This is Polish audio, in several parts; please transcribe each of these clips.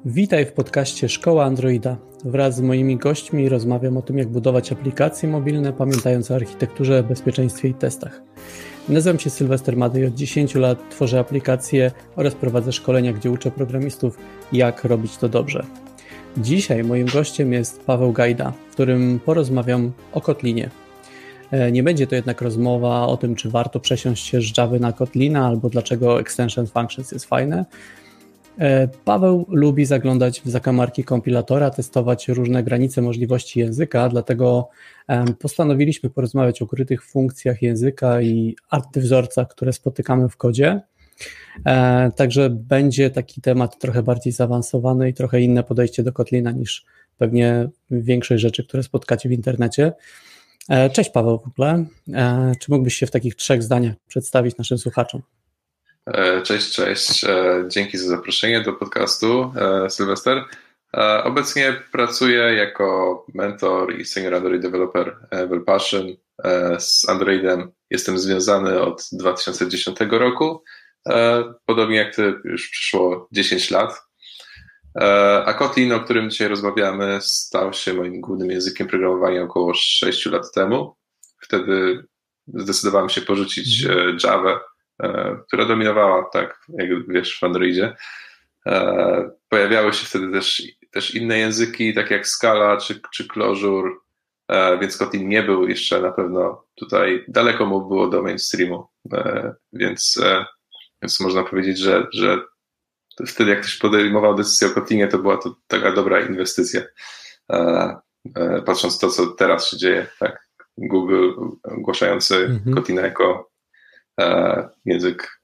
Witaj w podcaście Szkoła Androida. Wraz z moimi gośćmi rozmawiam o tym, jak budować aplikacje mobilne, pamiętając o architekturze, bezpieczeństwie i testach. Nazywam się Sylwester Madej, od 10 lat tworzę aplikacje oraz prowadzę szkolenia, gdzie uczę programistów, jak robić to dobrze. Dzisiaj moim gościem jest Paweł Gajda, w którym porozmawiam o Kotlinie. Nie będzie to jednak rozmowa o tym, czy warto przesiąść się z Java na Kotlina, albo dlaczego Extension Functions jest fajne. Paweł lubi zaglądać w zakamarki kompilatora, testować różne granice możliwości języka, dlatego postanowiliśmy porozmawiać o ukrytych funkcjach języka i artywzorcach, które spotykamy w kodzie. Także będzie taki temat trochę bardziej zaawansowany i trochę inne podejście do Kotlina niż pewnie większość rzeczy, które spotkacie w internecie. Cześć Paweł w ogóle. Czy mógłbyś się w takich 3 zdaniach przedstawić naszym słuchaczom? Cześć. Dzięki za zaproszenie do podcastu, Sylwester. Obecnie pracuję jako mentor i senior Android developer w Elpaszyn. Z Androidem jestem związany od 2010 roku. Podobnie jak ty, już przyszło 10 lat. A Kotlin, o którym dzisiaj rozmawiamy, stał się moim głównym językiem programowania około 6 lat temu. Wtedy zdecydowałem się porzucić Javę, która dominowała, tak jak wiesz, w Androidzie. Pojawiały się wtedy też inne języki, takie jak Scala czy Clojure, więc Kotlin nie był jeszcze na pewno tutaj, daleko mu było do mainstreamu, więc można powiedzieć, że wtedy jak ktoś podejmował decyzję o Kotlinie, to była to taka dobra inwestycja, patrząc to, co teraz się dzieje, tak? Google ogłaszający Kotlina jako język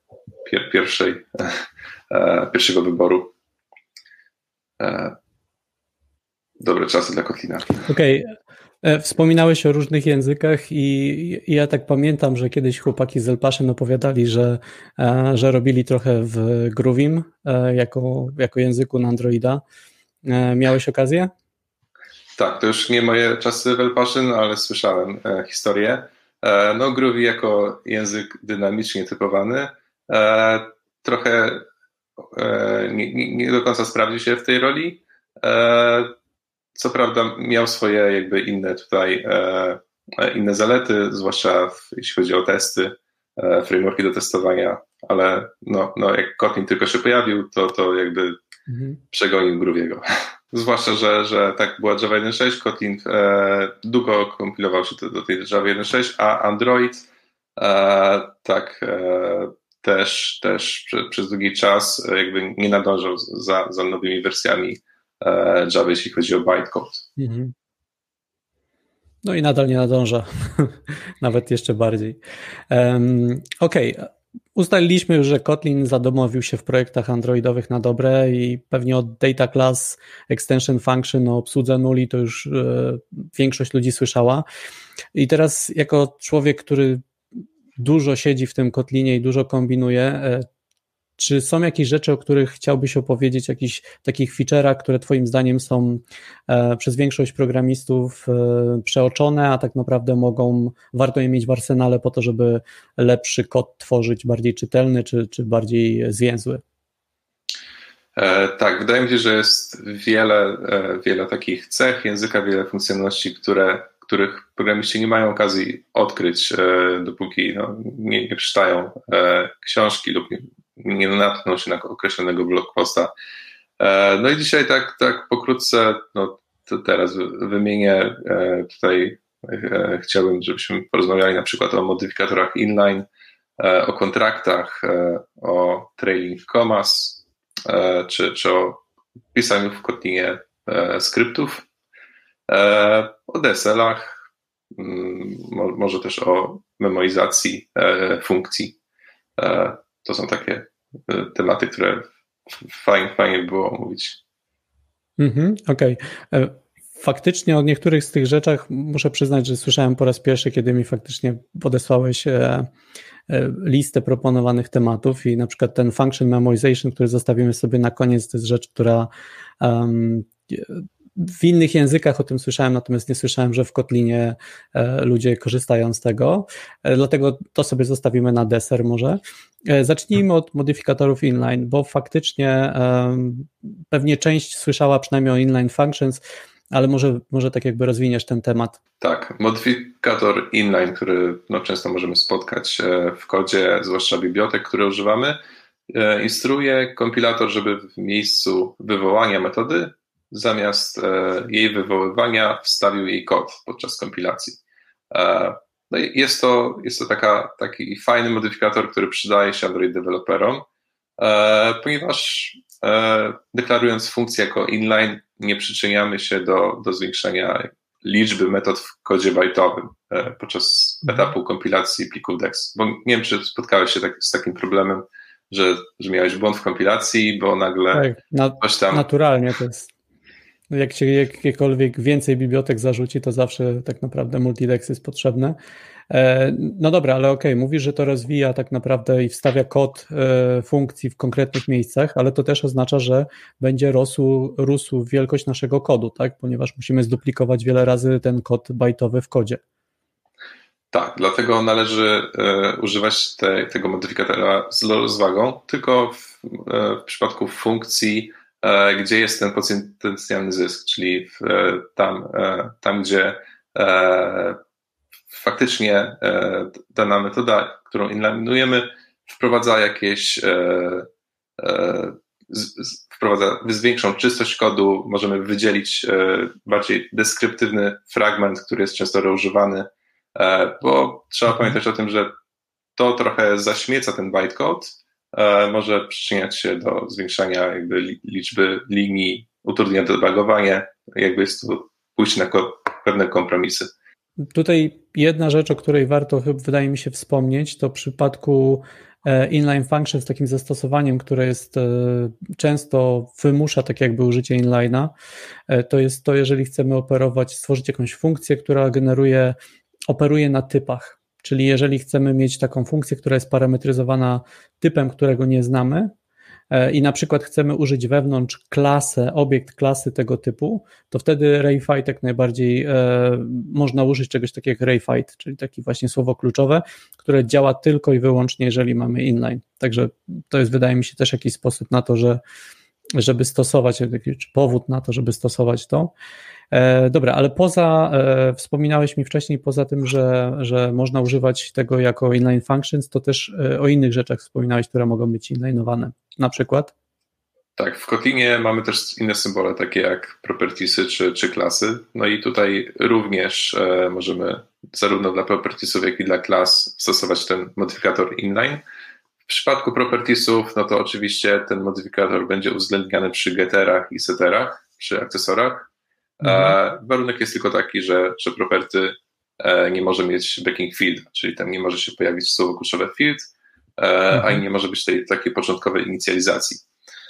pierwszego wyboru. Dobre czasy dla Kotlina. Okej. Wspominałeś o różnych językach i ja tak pamiętam, że kiedyś chłopaki z Elpaszyn opowiadali, że robili trochę w Groovim jako języku na Androida. Miałeś okazję? Tak, to już nie moje czasy w Elpaszyn, ale słyszałem historię. No, Groovy jako język dynamicznie typowany trochę nie do końca sprawdzi się w tej roli. Co prawda miał swoje jakby inne zalety, zwłaszcza jeśli chodzi o testy, frameworki do testowania, ale no jak Kotlin tylko się pojawił, to jakby przegonił Grooviego. Zwłaszcza, że tak była Java 1.6, Kotlin długo kompilował się do tej Java 1.6, a Android też przez długi czas jakby nie nadążał za nowymi wersjami Java, jeśli chodzi o bytecode. No i nadal nie nadąża, nawet jeszcze bardziej. Okej. Ustaliliśmy już, że Kotlin zadomowił się w projektach androidowych na dobre i pewnie od Data Class, Extension Function o obsłudze nuli to już większość ludzi słyszała. I teraz jako człowiek, który dużo siedzi w tym Kotlinie i dużo kombinuje, czy są jakieś rzeczy, o których chciałbyś opowiedzieć, jakichś takich feature'ach, które twoim zdaniem są przez większość programistów przeoczone, a tak naprawdę warto je mieć w arsenale po to, żeby lepszy kod tworzyć, bardziej czytelny czy bardziej zwięzły? Tak, wydaje mi się, że jest wiele takich cech języka, wiele funkcjonalności, których programiści nie mają okazji odkryć, dopóki nie przeczytają książki lub nie natkną się na określonego blog posta. No i dzisiaj tak pokrótce, to teraz wymienię tutaj, chciałbym, żebyśmy porozmawiali na przykład o modyfikatorach inline, o kontraktach, o trailing commas, czy o pisaniu w Kotlinie skryptów, o DSL-ach, może też o memorizacji funkcji. To są takie tematy, które fajnie było omówić. Okej. Faktycznie o niektórych z tych rzeczach muszę przyznać, że słyszałem po raz pierwszy, kiedy mi faktycznie podesłałeś listę proponowanych tematów i na przykład ten function memorization, który zostawimy sobie na koniec, to jest rzecz, która w innych językach o tym słyszałem, natomiast nie słyszałem, że w Kotlinie ludzie korzystają z tego, dlatego to sobie zostawimy na deser może. Zacznijmy od modyfikatorów inline, bo faktycznie pewnie część słyszała przynajmniej o inline functions, ale może tak jakby rozwiniesz ten temat. Tak, modyfikator inline, który często możemy spotkać w kodzie, zwłaszcza bibliotek, które używamy, instruuje kompilator, żeby w miejscu wywołania metody zamiast jej wywoływania wstawił jej kod podczas kompilacji. No i jest to taki fajny modyfikator, który przydaje się Android deweloperom, ponieważ deklarując funkcję jako inline nie przyczyniamy się do zwiększenia liczby metod w kodzie bajtowym podczas etapu kompilacji plików DEX. Bo nie wiem, czy spotkałeś się z takim problemem, że miałeś błąd w kompilacji, bo nagle coś tam... Naturalnie to jest. Jak się jakiekolwiek więcej bibliotek zarzuci, to zawsze tak naprawdę multidex jest potrzebne. No dobra, ale okej, mówisz, że to rozwija tak naprawdę i wstawia kod funkcji w konkretnych miejscach, ale to też oznacza, że będzie rósł wielkość naszego kodu, tak? Ponieważ musimy zduplikować wiele razy ten kod bajtowy w kodzie. Tak, dlatego należy używać tego modyfikatora z rozwagą, tylko w przypadku funkcji, gdzie jest ten potencjalny zysk, czyli tam gdzie faktycznie dana metoda, którą inlinujemy, wprowadza wprowadza większą czystość kodu, możemy wydzielić bardziej deskryptywny fragment, który jest często reużywany, bo trzeba pamiętać o tym, że to trochę zaśmieca ten bytecode, może przyczyniać się do zwiększania jakby liczby linii, utrudnia debugowanie, jakby jest to pójść na pewne kompromisy. Tutaj jedna rzecz, o której warto, wydaje mi się, wspomnieć, to w przypadku inline function z takim zastosowaniem, które jest często wymusza tak jakby użycie inline'a, to jest to, jeżeli chcemy stworzyć jakąś funkcję, która operuje na typach. Czyli jeżeli chcemy mieć taką funkcję, która jest parametryzowana typem, którego nie znamy i na przykład chcemy użyć wewnątrz obiekt klasy tego typu, to wtedy RayFight jak najbardziej można użyć czegoś takiego jak RayFight, czyli takie właśnie słowo kluczowe, które działa tylko i wyłącznie, jeżeli mamy inline. Także to jest, wydaje mi się, też jakiś sposób na to, żeby stosować, czy powód na to, żeby stosować to. Dobra, ale wspominałeś mi wcześniej, poza tym, że można używać tego jako inline functions, to też o innych rzeczach wspominałeś, które mogą być inline'owane. Na przykład? Tak, w Kotlinie mamy też inne symbole, takie jak propertiesy czy klasy. No i tutaj również możemy zarówno dla propertiesów, jak i dla klas stosować ten modyfikator inline. W przypadku propertiesów, no to oczywiście ten modyfikator będzie uwzględniany przy getterach i setterach, przy akcesorach. Warunek jest tylko taki, że property nie może mieć backing field, czyli tam nie może się pojawić słowo kluczowe field, a i nie może być tej takiej początkowej inicjalizacji.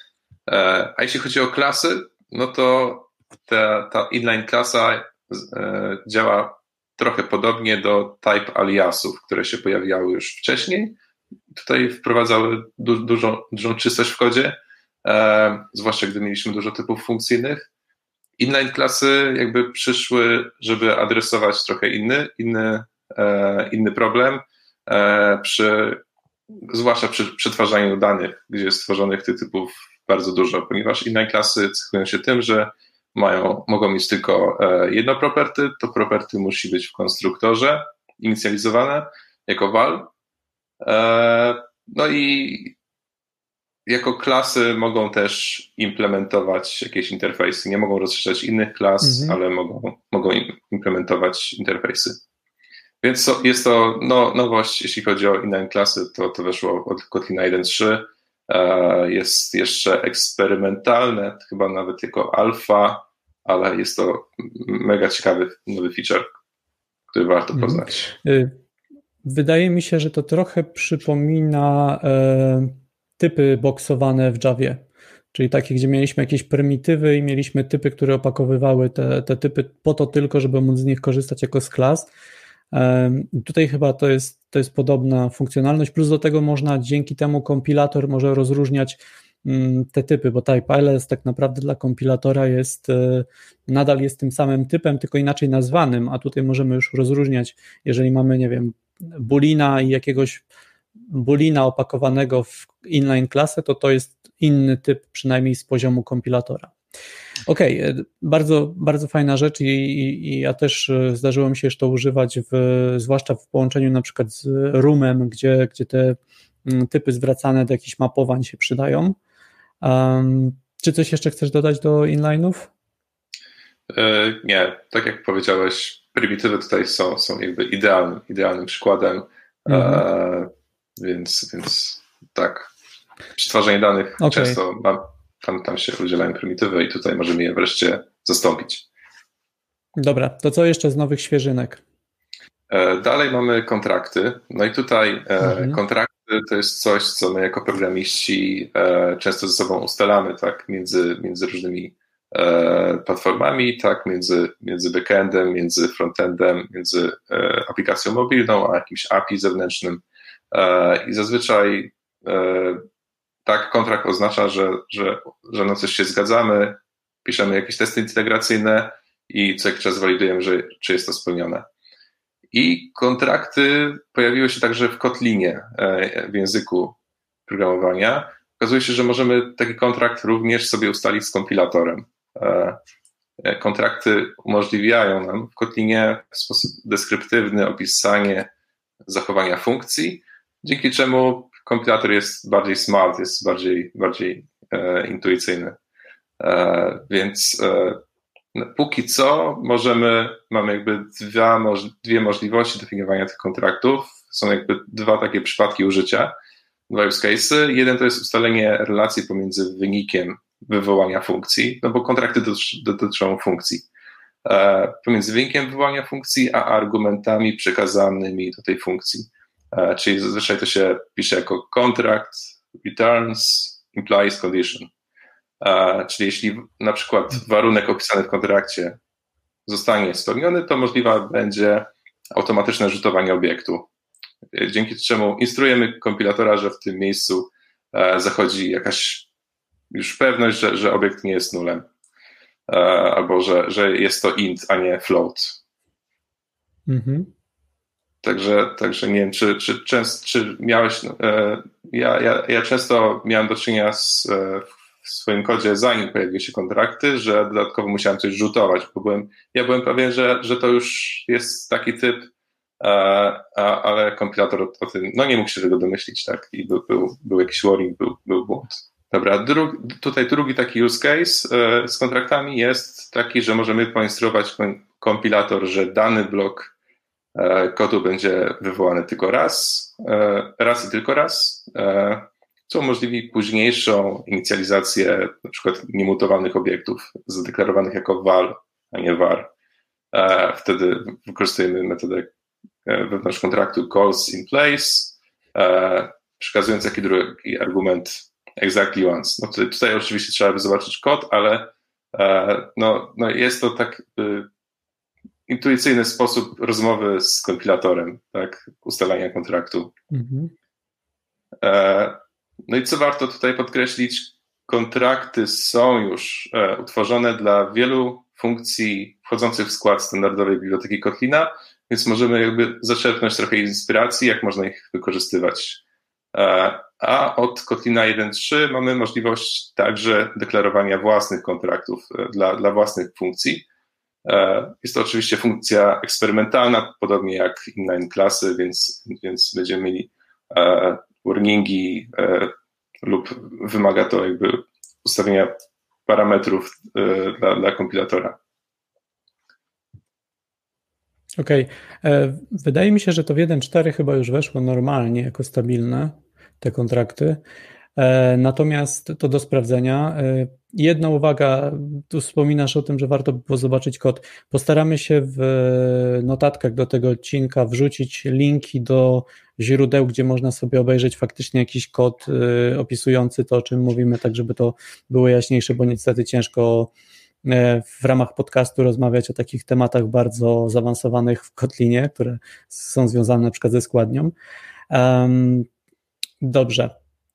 A jeśli chodzi o klasy, no to ta inline klasa działa trochę podobnie do type aliasów, które się pojawiały już wcześniej. Tutaj wprowadzały dużą czystość w kodzie, zwłaszcza gdy mieliśmy dużo typów funkcyjnych. Inline klasy jakby przyszły, żeby adresować trochę inny problem, zwłaszcza przy przetwarzaniu danych, gdzie jest stworzonych tych typów bardzo dużo, ponieważ inline klasy cechują się tym, że mogą mieć tylko jedno property, to property musi być w konstruktorze inicjalizowane jako val. No i jako klasy mogą też implementować jakieś interfejsy. Nie mogą rozszerzać innych klas, ale mogą implementować interfejsy. Więc jest to nowość, jeśli chodzi o inline klasy, to weszło od Kotlina 1.3. Jest jeszcze eksperymentalne, chyba nawet jako alfa, ale jest to mega ciekawy nowy feature, który warto poznać. Wydaje mi się, że to trochę przypomina typy boksowane w Javie, czyli takie, gdzie mieliśmy jakieś prymitywy i mieliśmy typy, które opakowywały te typy po to tylko, żeby móc z nich korzystać jako z klas. Tutaj chyba to jest podobna funkcjonalność, plus do tego dzięki temu kompilator może rozróżniać te typy, bo type-ls tak naprawdę dla kompilatora nadal jest tym samym typem, tylko inaczej nazwanym, a tutaj możemy już rozróżniać, jeżeli mamy, nie wiem, boolina i jakiegoś boolina opakowanego w inline klasę, to jest inny typ, przynajmniej z poziomu kompilatora. Okej, bardzo, bardzo fajna rzecz i ja też zdarzyło mi się już to używać, zwłaszcza w połączeniu na przykład z Roomem, gdzie te typy zwracane do jakichś mapowań się przydają. Czy coś jeszcze chcesz dodać do inline'ów? Nie, tak jak powiedziałeś, prymitywy tutaj są jakby idealnym przykładem, więc tak, przetwarzanie danych często tam się udzielają prymitywy i tutaj możemy je wreszcie zastąpić. Dobra, to co jeszcze z nowych świeżynek? Dalej mamy kontrakty, no i tutaj kontrakty to jest coś, co my jako programiści często ze sobą ustalamy, tak, między różnymi platformami, tak, między backendem, między frontendem, między aplikacją mobilną, a jakimś API zewnętrznym i zazwyczaj tak, kontrakt oznacza, że na coś się zgadzamy, piszemy jakieś testy integracyjne i co jakiś czas walidujemy, czy jest to spełnione. I kontrakty pojawiły się także w Kotlinie, w języku programowania. Okazuje się, że możemy taki kontrakt również sobie ustalić z kompilatorem. Kontrakty umożliwiają nam w Kotlinie w sposób deskryptywny opisanie zachowania funkcji, dzięki czemu kompilator jest bardziej smart, jest bardziej intuicyjny. Więc póki co mamy jakby dwie możliwości definiowania tych kontraktów. Są jakby dwa takie przypadki użycia, dwa use cases. Jeden to jest ustalenie relacji pomiędzy wynikiem wywołania funkcji, no bo kontrakty dotyczą funkcji. Pomiędzy wynikiem wywołania funkcji, a argumentami przekazanymi do tej funkcji. Czyli zazwyczaj to się pisze jako contract, returns, implies condition. Czyli jeśli na przykład warunek opisany w kontrakcie zostanie spełniony, to możliwe będzie automatyczne rzutowanie obiektu. Dzięki czemu instruujemy kompilatora, że w tym miejscu zachodzi jakaś już pewność, że obiekt nie jest nulem. Albo że jest to int, a nie float. Także nie wiem, czy miałeś. Ja często miałem do czynienia w swoim kodzie, zanim pojawiły się kontrakty, że dodatkowo musiałem coś rzutować, bo ja byłem pewien, że to już jest taki typ, ale kompilator o tym nie mógł się tego domyślić, tak? I był jakiś warning, był błąd. Dobra, tutaj drugi taki use case z kontraktami jest taki, że możemy poinstruować kompilator, że dany blok kodu będzie wywołany tylko raz i tylko raz, co umożliwi późniejszą inicjalizację na przykład niemutowanych obiektów zadeklarowanych jako val, a nie var. Wtedy wykorzystujemy metodę wewnątrz kontraktu calls in place, przekazując jaki drugi argument exactly once. No tutaj oczywiście trzeba by zobaczyć kod, ale jest to tak intuicyjny sposób rozmowy z kompilatorem, tak, ustalania kontraktu. No i co warto tutaj podkreślić, kontrakty są już utworzone dla wielu funkcji wchodzących w skład standardowej biblioteki Kotlina, więc możemy jakby zaczerpnąć trochę inspiracji, jak można ich wykorzystywać. A od Kotlina 1.3 mamy możliwość także deklarowania własnych kontraktów dla własnych funkcji. Jest to oczywiście funkcja eksperymentalna, podobnie jak inline klasy, więc będziemy mieli warningi lub wymaga to jakby ustawienia parametrów dla kompilatora. Okej. Wydaje mi się, że to w 1.4 chyba już weszło normalnie jako stabilne te kontrakty. Natomiast to do sprawdzenia. Jedna uwaga, tu wspominasz o tym, że warto by było zobaczyć kod. Postaramy się w notatkach do tego odcinka wrzucić linki do źródeł, gdzie można sobie obejrzeć faktycznie jakiś kod opisujący to, o czym mówimy, tak żeby to było jaśniejsze, bo niestety ciężko w ramach podcastu rozmawiać o takich tematach bardzo zaawansowanych w Kotlinie, które są związane na przykład ze składnią. Dobrze.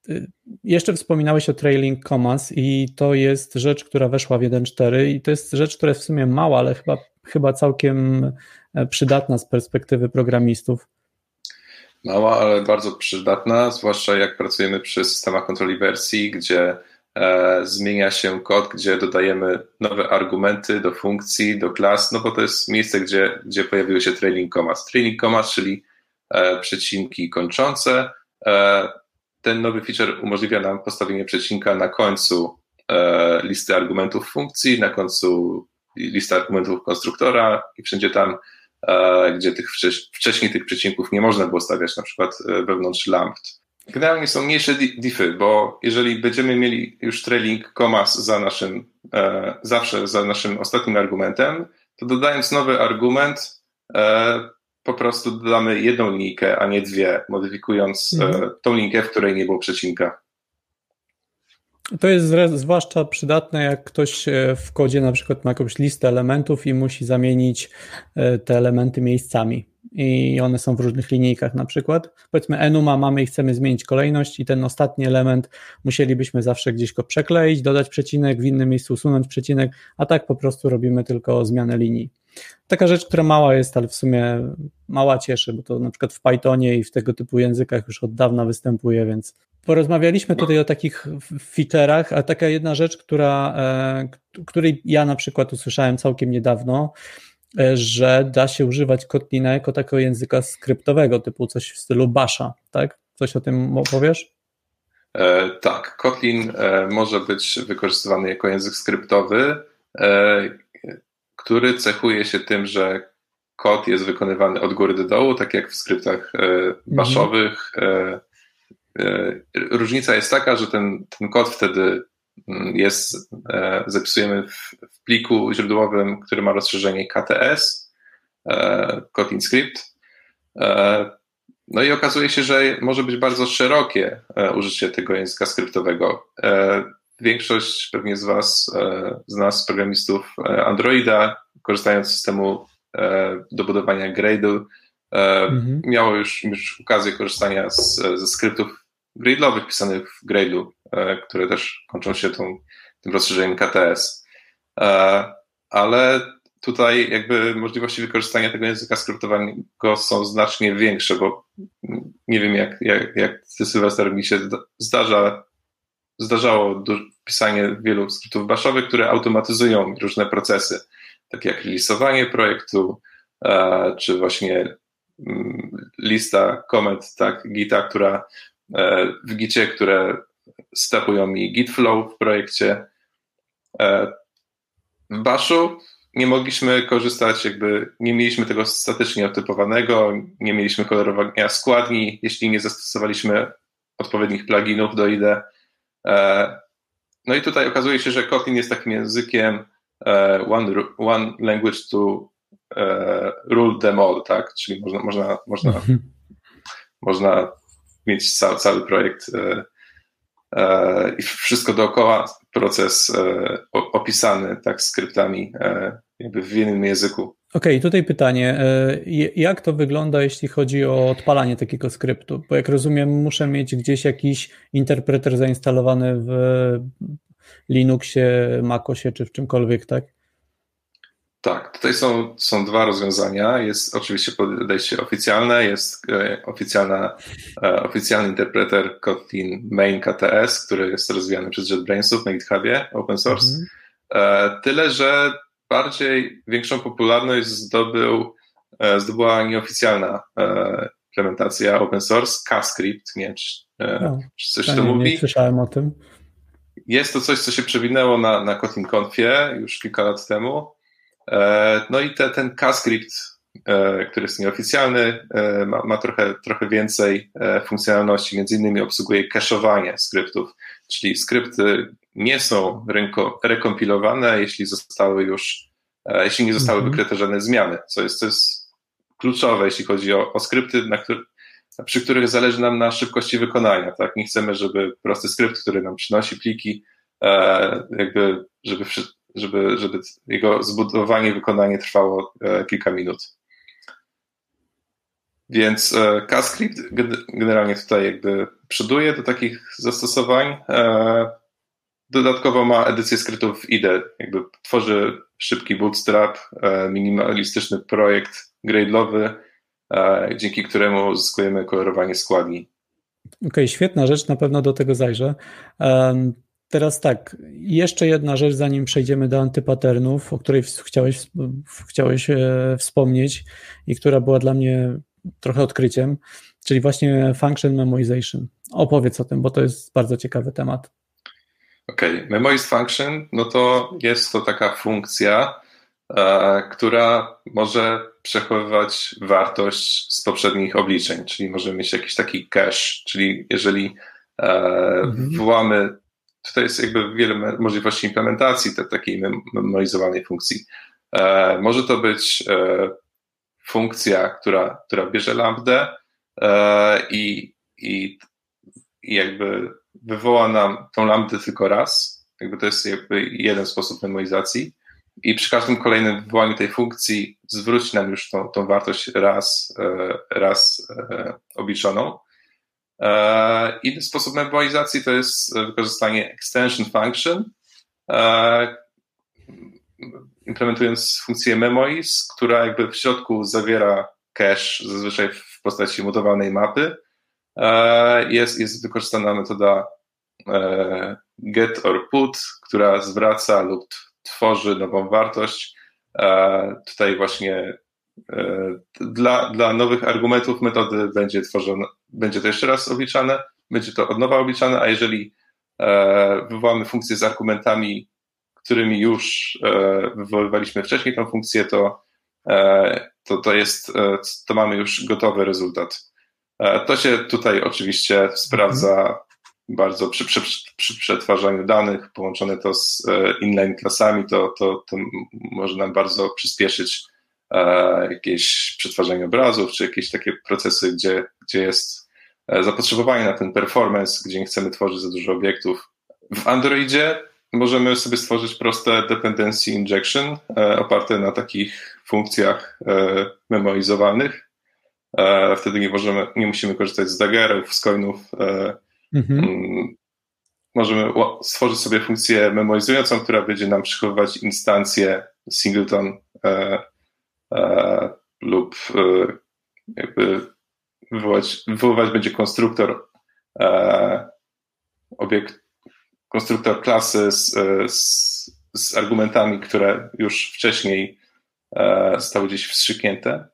Jeszcze wspominałeś o trailing commas i to jest rzecz, która weszła w 1.4 i to jest rzecz, która jest w sumie mała, ale chyba całkiem przydatna z perspektywy programistów. Mała, ale bardzo przydatna, zwłaszcza jak pracujemy przy systemach kontroli wersji, gdzie zmienia się kod, gdzie dodajemy nowe argumenty do funkcji, do klas, no bo to jest miejsce, gdzie pojawiły się trailing commas. Trailing commas, czyli przecinki kończące. Ten nowy feature umożliwia nam postawienie przecinka na końcu listy argumentów funkcji, na końcu listy argumentów konstruktora i wszędzie tam, gdzie wcześniej tych przecinków nie można było stawiać, na przykład wewnątrz lambd. Generalnie są mniejsze diffy, bo jeżeli będziemy mieli już trailing commas zawsze za naszym ostatnim argumentem, to dodając nowy argument po prostu dodamy jedną linijkę, a nie dwie, modyfikując tą linijkę, w której nie było przecinka. To jest zwłaszcza przydatne, jak ktoś w kodzie na przykład ma jakąś listę elementów i musi zamienić te elementy miejscami i one są w różnych linijkach na przykład. Powiedzmy enuma mamy i chcemy zmienić kolejność i ten ostatni element musielibyśmy zawsze gdzieś go przekleić, dodać przecinek, w innym miejscu usunąć przecinek, a tak po prostu robimy tylko zmianę linii. Taka rzecz, która mała jest, ale w sumie mała cieszy, bo to na przykład w Pythonie i w tego typu językach już od dawna występuje, więc porozmawialiśmy tutaj o takich feature'ach, a taka jedna rzecz, której ja na przykład usłyszałem całkiem niedawno, że da się używać Kotlina jako takiego języka skryptowego, typu coś w stylu Basha, tak? Coś o tym opowiesz? Tak, Kotlin może być wykorzystywany jako język skryptowy, który cechuje się tym, że kod jest wykonywany od góry do dołu, tak jak w skryptach bashowych. Różnica jest taka, że ten kod wtedy zapisujemy w pliku źródłowym, który ma rozszerzenie KTS, Kotlin Script. No i okazuje się, że może być bardzo szerokie użycie tego języka skryptowego. Większość pewnie z nas, programistów Androida, korzystając z systemu do budowania Gradle, miało już okazję korzystania ze skryptów Gradle'owych pisanych w Gradle, które też kończą się tym rozszerzeniem KTS. Ale tutaj jakby możliwości wykorzystania tego języka skryptowego są znacznie większe, bo nie wiem jak ty, Sylwester, mi się zdarzało pisanie wielu skryptów bashowych, które automatyzują różne procesy, takie jak listowanie projektu, czy właśnie lista comment, tak, Gita, w Gicie, które stepują mi Git flow w projekcie. W Bashu nie mogliśmy korzystać, nie mieliśmy tego statycznie otypowanego, nie mieliśmy kolorowania składni, jeśli nie zastosowaliśmy odpowiednich pluginów do IDE. No i tutaj okazuje się, że Kotlin jest takim językiem one language to rule them all, tak? Czyli można mieć cały projekt i wszystko dookoła, proces opisany tak skryptami jakby w jednym języku. Okej, tutaj pytanie, jak to wygląda, jeśli chodzi o odpalanie takiego skryptu? Bo jak rozumiem, muszę mieć gdzieś jakiś interpreter zainstalowany w Linuxie, MacOSie czy w czymkolwiek, tak? Tak, tutaj są dwa rozwiązania. Jest oczywiście podejście oficjalne, jest oficjalny interpreter Kotlin Main KTS, który jest rozwijany przez JetBrainsów na GitHubie, open source. Tyle, że większą popularność zdobyła nieoficjalna implementacja open source, KScript. Nie wiem, czy coś to mówi. Nie słyszałem o tym. Jest to coś, co się przewinęło na Kotlin Confie już kilka lat temu. No i ten KScript, który jest nieoficjalny, ma trochę więcej funkcjonalności, między innymi obsługuje cache'owanie skryptów, czyli skrypty nie są rekompilowane, jeśli nie zostały wykryte żadne zmiany, co jest kluczowe, jeśli chodzi o skrypty, przy których zależy nam na szybkości wykonania. Tak? Nie chcemy, żeby prosty skrypt, który nam przynosi pliki, żeby jego zbudowanie i wykonanie trwało kilka minut. Więc Castscript generalnie tutaj jakby przoduje do takich zastosowań. Dodatkowo ma edycję skrytów w IDE, jakby tworzy szybki bootstrap, minimalistyczny projekt Gradle'owy, dzięki któremu uzyskujemy kolorowanie składni. Okej, świetna rzecz, na pewno do tego zajrzę. Teraz tak, jeszcze jedna rzecz, zanim przejdziemy do antypatternów, o której chciałeś wspomnieć i która była dla mnie trochę odkryciem, czyli właśnie function memoization. Opowiedz o tym, bo to jest bardzo ciekawy temat. Okej, Memoized function, no to jest to taka funkcja, która może przechowywać wartość z poprzednich obliczeń, czyli możemy mieć jakiś taki cache, czyli jeżeli wołamy, tutaj jest jakby wiele możliwości implementacji takiej memorizowanej funkcji. Może to być funkcja, która bierze lambdę i jakby wywoła nam tą lambdę tylko raz. Jakby to jest jakby jeden sposób memorizacji. I przy każdym kolejnym wywołaniu tej funkcji zwróci nam już tą wartość raz obliczoną. Inny sposób memorizacji to jest wykorzystanie extension function, implementując funkcję memoiz, która jakby w środku zawiera cache, zazwyczaj w postaci modowanej mapy. Jest wykorzystana metoda get or put, która zwraca lub tworzy nową wartość. Tutaj właśnie dla nowych argumentów metody będzie to jeszcze raz obliczane, będzie to od nowa obliczane, a jeżeli wywołamy funkcję z argumentami, którymi już wywoływaliśmy wcześniej tą funkcję, to mamy już gotowy rezultat. To się tutaj oczywiście sprawdza bardzo przy przetwarzaniu danych, połączone to z inline klasami, to może nam bardzo przyspieszyć jakieś przetwarzanie obrazów, czy jakieś takie procesy, gdzie jest zapotrzebowanie na ten performance, gdzie nie chcemy tworzyć za dużo obiektów. W Androidzie możemy sobie stworzyć proste dependency injection oparte na takich funkcjach memorizowanych. Wtedy nie musimy korzystać z daggerów, z coinów. Możemy stworzyć sobie funkcję memorizującą, która będzie nam przechowywać instancję singleton lub jakby wywoływać będzie konstruktor konstruktor klasy z argumentami, które już wcześniej zostały gdzieś wstrzyknięte.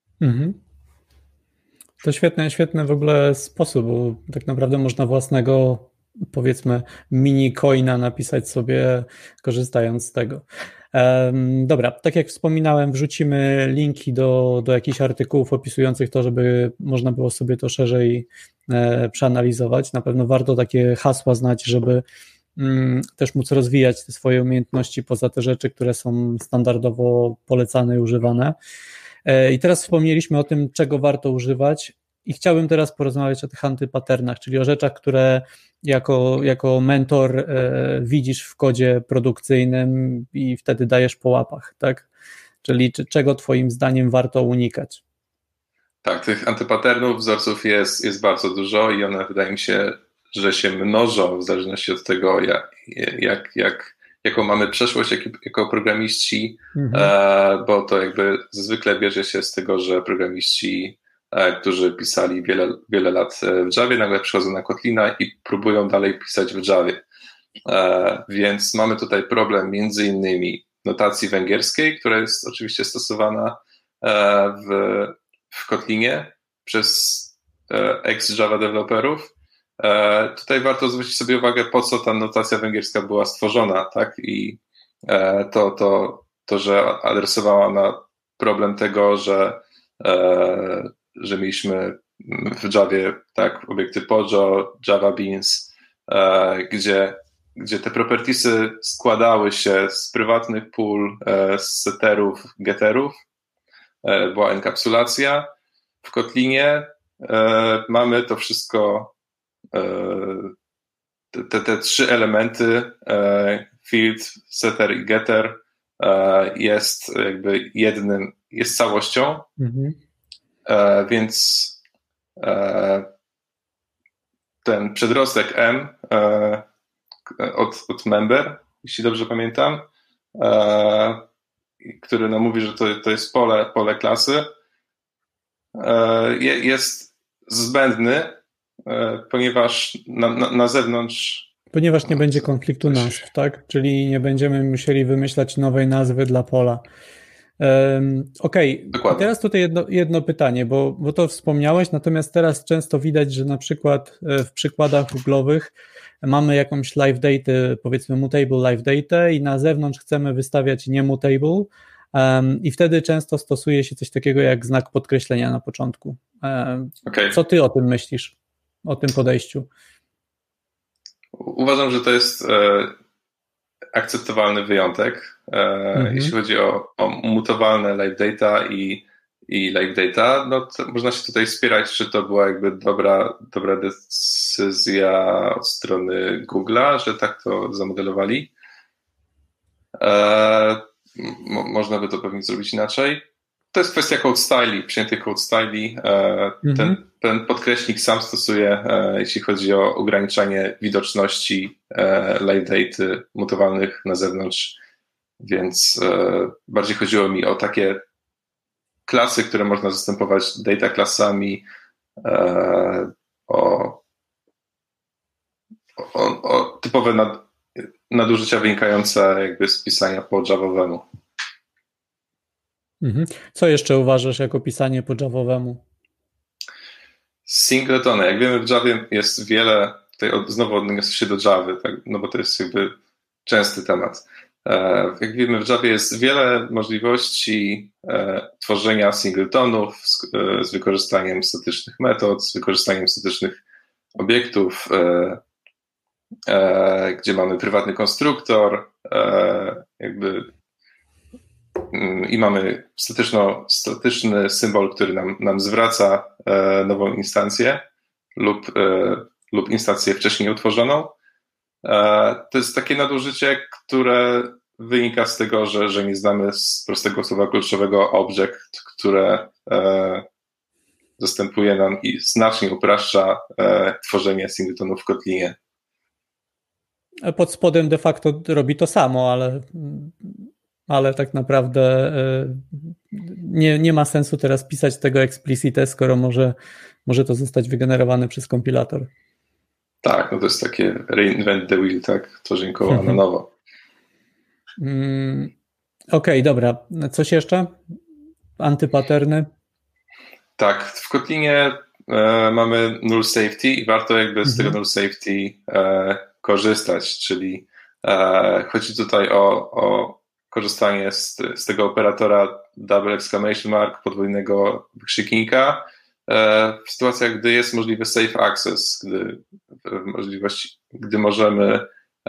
To świetny w ogóle sposób, bo tak naprawdę można własnego, powiedzmy, mini coina napisać sobie, korzystając z tego. Dobra, tak jak wspominałem, wrzucimy linki do jakichś artykułów opisujących to, żeby można było sobie to szerzej przeanalizować. Na pewno warto takie hasła znać, żeby też móc rozwijać te swoje umiejętności poza te rzeczy, które są standardowo polecane i używane. I teraz wspomnieliśmy o tym, czego warto używać i chciałbym teraz porozmawiać o tych antypatternach, czyli o rzeczach, które jako mentor widzisz w kodzie produkcyjnym i wtedy dajesz po łapach, tak? Czyli czego twoim zdaniem warto unikać? Tak, tych antypatternów, wzorców jest bardzo dużo i one wydaje mi się, że się mnożą w zależności od tego, jaką mamy przeszłość jako programiści, bo to jakby zwykle bierze się z tego, że programiści, którzy pisali wiele lat w Javie, nagle przychodzą na Kotlina i próbują dalej pisać w Javie. Więc mamy tutaj problem między innymi notacji węgierskiej, która jest oczywiście stosowana w Kotlinie przez ex-Java deweloperów. Tutaj warto zwrócić sobie uwagę, po co ta notacja węgierska była stworzona, tak? I to, że adresowała na problem tego, że mieliśmy w Javie, tak, obiekty POJO, Java Beans, gdzie te propertiesy składały się z prywatnych pól, z setterów, getterów, była enkapsulacja. W Kotlinie mamy to wszystko, te trzy elementy, field, setter i getter, jest jakby jest całością. Więc ten przedrostek M od member, jeśli dobrze pamiętam, który mówi, że to jest pole klasy, jest zbędny, ponieważ na zewnątrz... Ponieważ nie będzie konfliktu nazw, tak? Czyli nie będziemy musieli wymyślać nowej nazwy dla pola. Okej, i teraz tutaj jedno pytanie, bo to wspomniałeś, natomiast teraz często widać, że na przykład w przykładach Google'owych mamy jakąś live data, powiedzmy mutable live data i na zewnątrz chcemy wystawiać nie mutable i wtedy często stosuje się coś takiego jak znak podkreślenia na początku. Co ty o tym myślisz, o tym podejściu? Uważam, że to jest akceptowalny wyjątek, jeśli chodzi o mutowalne live data i live data, no to można się tutaj spierać, czy to była jakby dobra decyzja od strony Google'a, że tak to zamodelowali. Można by to pewnie zrobić inaczej. To jest kwestia code styli, przyjętych code styli. Ten podkreśnik sam stosuje, jeśli chodzi o ograniczanie widoczności live data mutowalnych na zewnątrz, więc bardziej chodziło mi o takie klasy, które można zastępować data klasami, o typowe nadużycia wynikające jakby z pisania po javowemu. Co jeszcze uważasz jako pisanie po javowemu? Singletony. Jak wiemy, w Javie jest wiele, tutaj znowu odniosę się do Javy, tak? No bo to jest jakby częsty temat. Jak wiemy, w Javie jest wiele możliwości tworzenia singletonów z wykorzystaniem statycznych metod, z wykorzystaniem statycznych obiektów, gdzie mamy prywatny konstruktor, i mamy statyczny symbol, który nam zwraca nową instancję lub instancję wcześniej utworzoną. To jest takie nadużycie, które wynika z tego, że nie znamy z prostego słowa kluczowego object, które zastępuje nam i znacznie upraszcza tworzenie singletonów w Kotlinie. Pod spodem de facto robi to samo, ale tak naprawdę nie ma sensu teraz pisać tego explicite, skoro może to zostać wygenerowane przez kompilator. Tak, no to jest takie reinvent the wheel, tak? Tworzenie koła na nowo. Okej, dobra. Coś jeszcze? Antypatterny? Tak, w Kotlinie mamy null safety i warto jakby z tego null safety korzystać, czyli chodzi tutaj o korzystanie z tego operatora double exclamation mark, podwójnego wykrzyknika w sytuacjach, gdy jest możliwy safe access, gdy możemy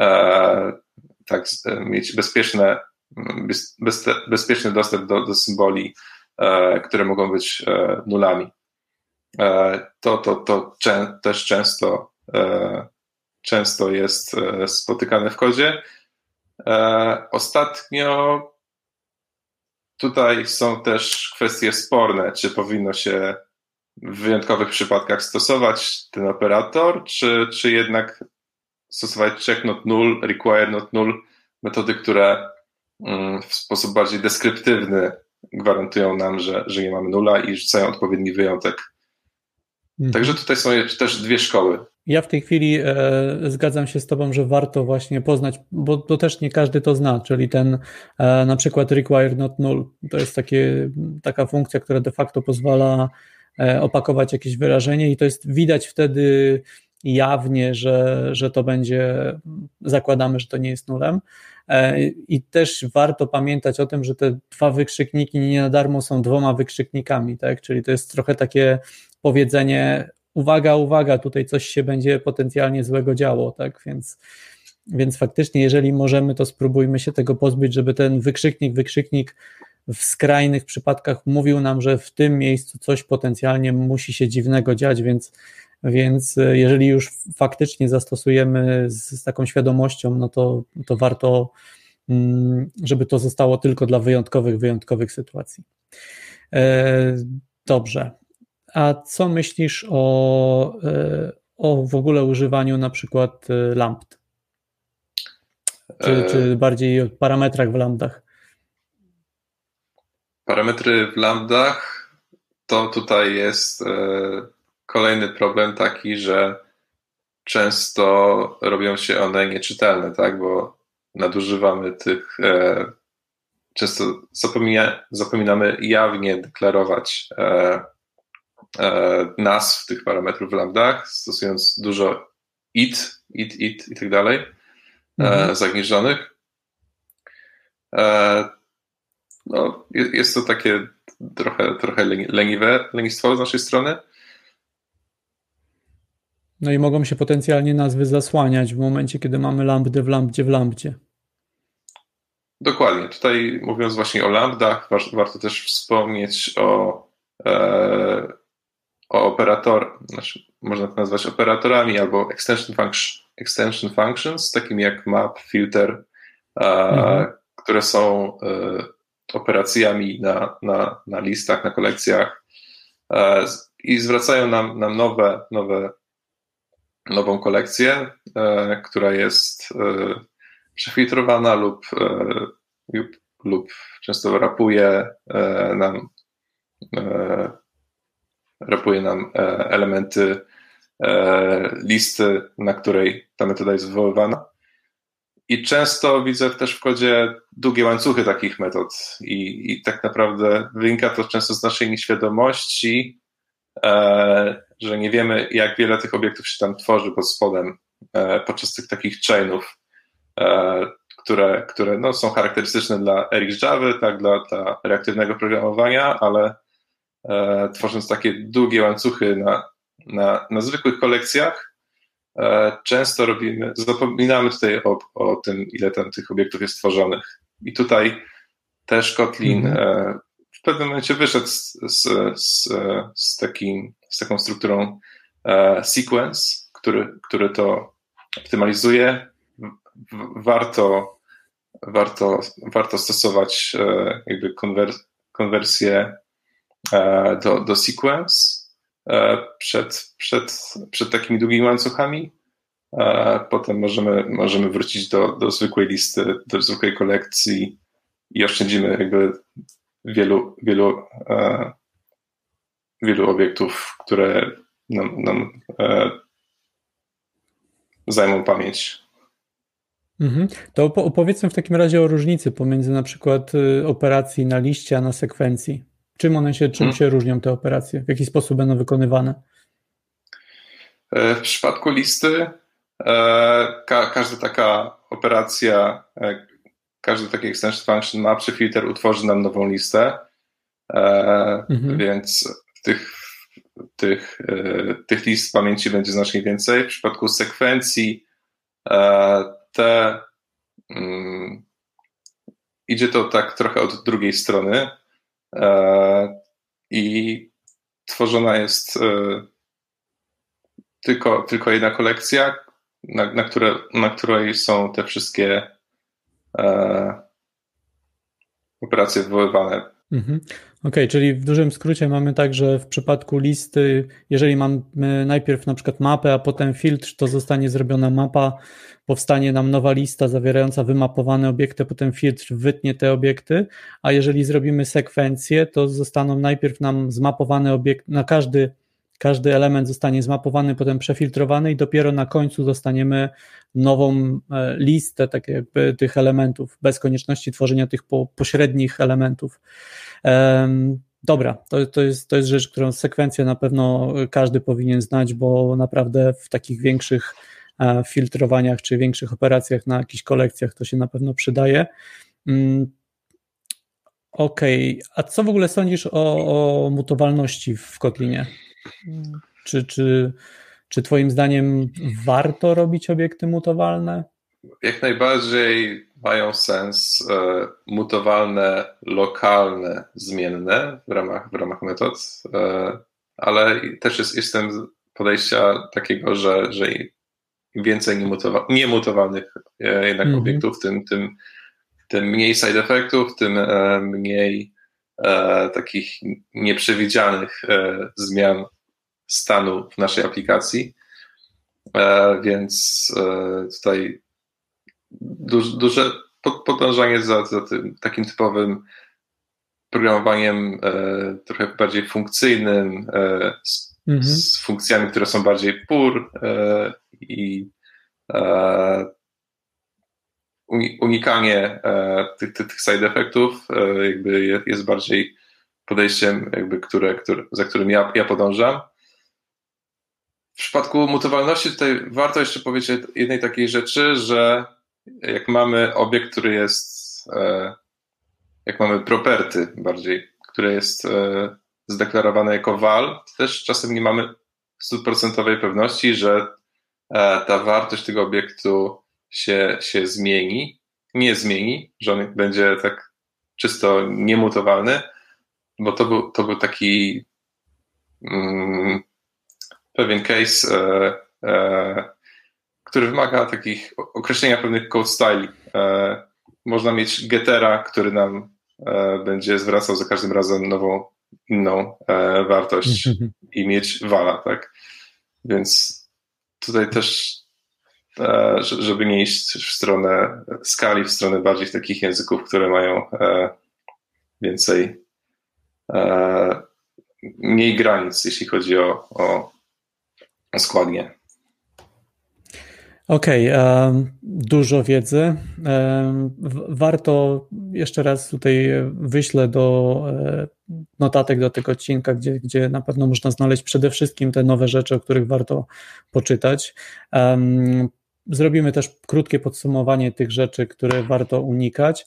mieć bezpieczny dostęp do symboli, które mogą być nulami. To też często jest spotykane w kodzie. Ostatnio tutaj są też kwestie sporne, czy powinno się w wyjątkowych przypadkach stosować ten operator, czy jednak stosować check not null, require not null, metody, które w sposób bardziej deskryptywny gwarantują nam, że nie mamy nula i rzucają odpowiedni wyjątek. Także tutaj są też dwie szkoły. Ja w tej chwili zgadzam się z tobą, że warto właśnie poznać, bo to też nie każdy to zna, czyli ten na przykład require not null, to jest taka funkcja, która de facto pozwala opakować jakieś wyrażenie i to jest widać wtedy jawnie, że to będzie, zakładamy, że to nie jest nulem. I też warto pamiętać o tym, że te dwa wykrzykniki nie na darmo są dwoma wykrzyknikami, tak? Czyli to jest trochę takie powiedzenie uwaga, tutaj coś się będzie potencjalnie złego działo, tak? Więc faktycznie, jeżeli możemy, to spróbujmy się tego pozbyć, żeby ten wykrzyknik w skrajnych przypadkach mówił nam, że w tym miejscu coś potencjalnie musi się dziwnego dziać, więc jeżeli już faktycznie zastosujemy z taką świadomością, no to warto, żeby to zostało tylko dla wyjątkowych sytuacji. Dobrze. A co myślisz o w ogóle używaniu na przykład lambd? Czy bardziej o parametrach w lambdach? Parametry w lambdach to tutaj jest kolejny problem taki, że często robią się one nieczytelne, tak? Bo nadużywamy tych, często zapominamy jawnie deklarować nazw tych parametrów w lambdach, stosując dużo it i tak dalej, zagnieżdżonych. No, jest to takie trochę lenistwo z naszej strony. No i mogą się potencjalnie nazwy zasłaniać w momencie, kiedy mamy lambdę w lambdzie. Dokładnie. Tutaj mówiąc właśnie o lambdach, warto też wspomnieć o znaczy można to nazwać operatorami albo extension functions, takimi jak map, filter, które są operacjami na listach, na kolekcjach i zwracają nam nową kolekcję, która jest przefiltrowana lub często rapuje nam elementy listy, na której ta metoda jest wywoływana. I często widzę też w kodzie długie łańcuchy takich metod i tak naprawdę wynika to często z naszej nieświadomości, że nie wiemy, jak wiele tych obiektów się tam tworzy pod spodem podczas tych takich chainów, które no, są charakterystyczne dla RxJava, tak, dla reaktywnego programowania, ale tworząc takie długie łańcuchy na zwykłych kolekcjach, często zapominamy tutaj o tym, ile tam tych obiektów jest tworzonych. I tutaj też Kotlin w pewnym momencie wyszedł z taką strukturą sequence, który to optymalizuje. Warto stosować jakby konwersję do sequence przed takimi długimi łańcuchami. Potem możemy wrócić do zwykłej listy, do zwykłej kolekcji i oszczędzimy jakby wielu obiektów, które nam zajmą pamięć. To opowiedzmy w takim razie o różnicy pomiędzy na przykład operacji na liście, a na sekwencji. Czym się różnią te operacje? W jaki sposób będą wykonywane? W przypadku listy każda taka operacja, każdy taki extension function ma przefilter, utworzy nam nową listę, więc tych list w pamięci będzie znacznie więcej. W przypadku sekwencji idzie to tak trochę od drugiej strony i tworzona jest tylko jedna kolekcja, na której są te wszystkie operacje wywoływane. Okej, czyli w dużym skrócie mamy tak, że w przypadku listy, jeżeli mamy najpierw na przykład mapę, a potem filtr, to zostanie zrobiona mapa, powstanie nam nowa lista zawierająca wymapowane obiekty, potem filtr wytnie te obiekty, a jeżeli zrobimy sekwencję, to zostaną najpierw nam zmapowane obiekty, na każdy element zostanie zmapowany, potem przefiltrowany i dopiero na końcu dostaniemy nową listę tak jakby tych elementów, bez konieczności tworzenia tych pośrednich elementów. Dobra, to jest rzecz, którą sekwencję na pewno każdy powinien znać, bo naprawdę w takich większych filtrowaniach czy większych operacjach na jakichś kolekcjach to się na pewno przydaje. Okej, a co w ogóle sądzisz o mutowalności w Kotlinie? Czy twoim zdaniem warto robić obiekty mutowalne? Jak najbardziej mają sens mutowalne, lokalne, zmienne w ramach metod, ale też jestem podejścia takiego, że im więcej niemutowalnych jednak obiektów, tym mniej side effectów, tym mniej takich nieprzewidzianych zmian stanu w naszej aplikacji, więc tutaj duże podążanie za tym takim typowym programowaniem trochę bardziej funkcyjnym, z funkcjami, które są bardziej pur i unikanie tych side effectów jakby jest bardziej podejściem, jakby, za którym ja podążam. W przypadku mutowalności tutaj warto jeszcze powiedzieć jednej takiej rzeczy, że jak mamy obiekt, który jest, jak mamy property bardziej, które jest zdeklarowane jako val, to też czasem nie mamy 100% pewności, że ta wartość tego obiektu się zmieni, nie zmieni, że on będzie tak czysto niemutowalny, bo to był taki pewien case, który wymaga takich określenia pewnych code styli. Można mieć gettera, który nam będzie zwracał za każdym razem inną wartość i mieć vala, tak? Więc tutaj też, żeby nie iść w stronę skali, w stronę bardziej takich języków, które mają mniej granic, jeśli chodzi o składnie. Okej, dużo wiedzy. Warto jeszcze raz tutaj wyślę do notatek do tego odcinka, gdzie na pewno można znaleźć przede wszystkim te nowe rzeczy, o których warto poczytać. Zrobimy też krótkie podsumowanie tych rzeczy, które warto unikać.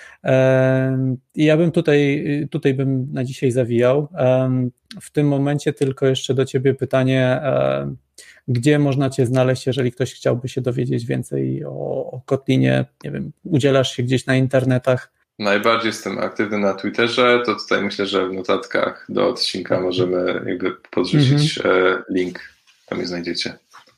I ja bym tutaj bym na dzisiaj zawijał. W tym momencie tylko jeszcze do Ciebie pytanie, gdzie można Cię znaleźć, jeżeli ktoś chciałby się dowiedzieć więcej o Kotlinie, nie wiem, udzielasz się gdzieś na internetach? Najbardziej jestem aktywny na Twitterze, to tutaj myślę, że w notatkach do odcinka możemy jakby podrzucić link, tam je znajdziecie.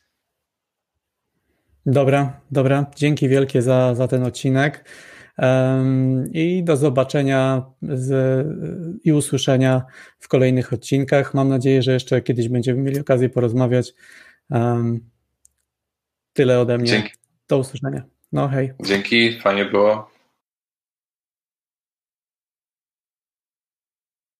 Dobra, dzięki wielkie za ten odcinek i do zobaczenia i usłyszenia w kolejnych odcinkach. Mam nadzieję, że jeszcze kiedyś będziemy mieli okazję porozmawiać. Tyle ode mnie. Dzięki. Do usłyszenia. No hej. Dzięki, fajnie było.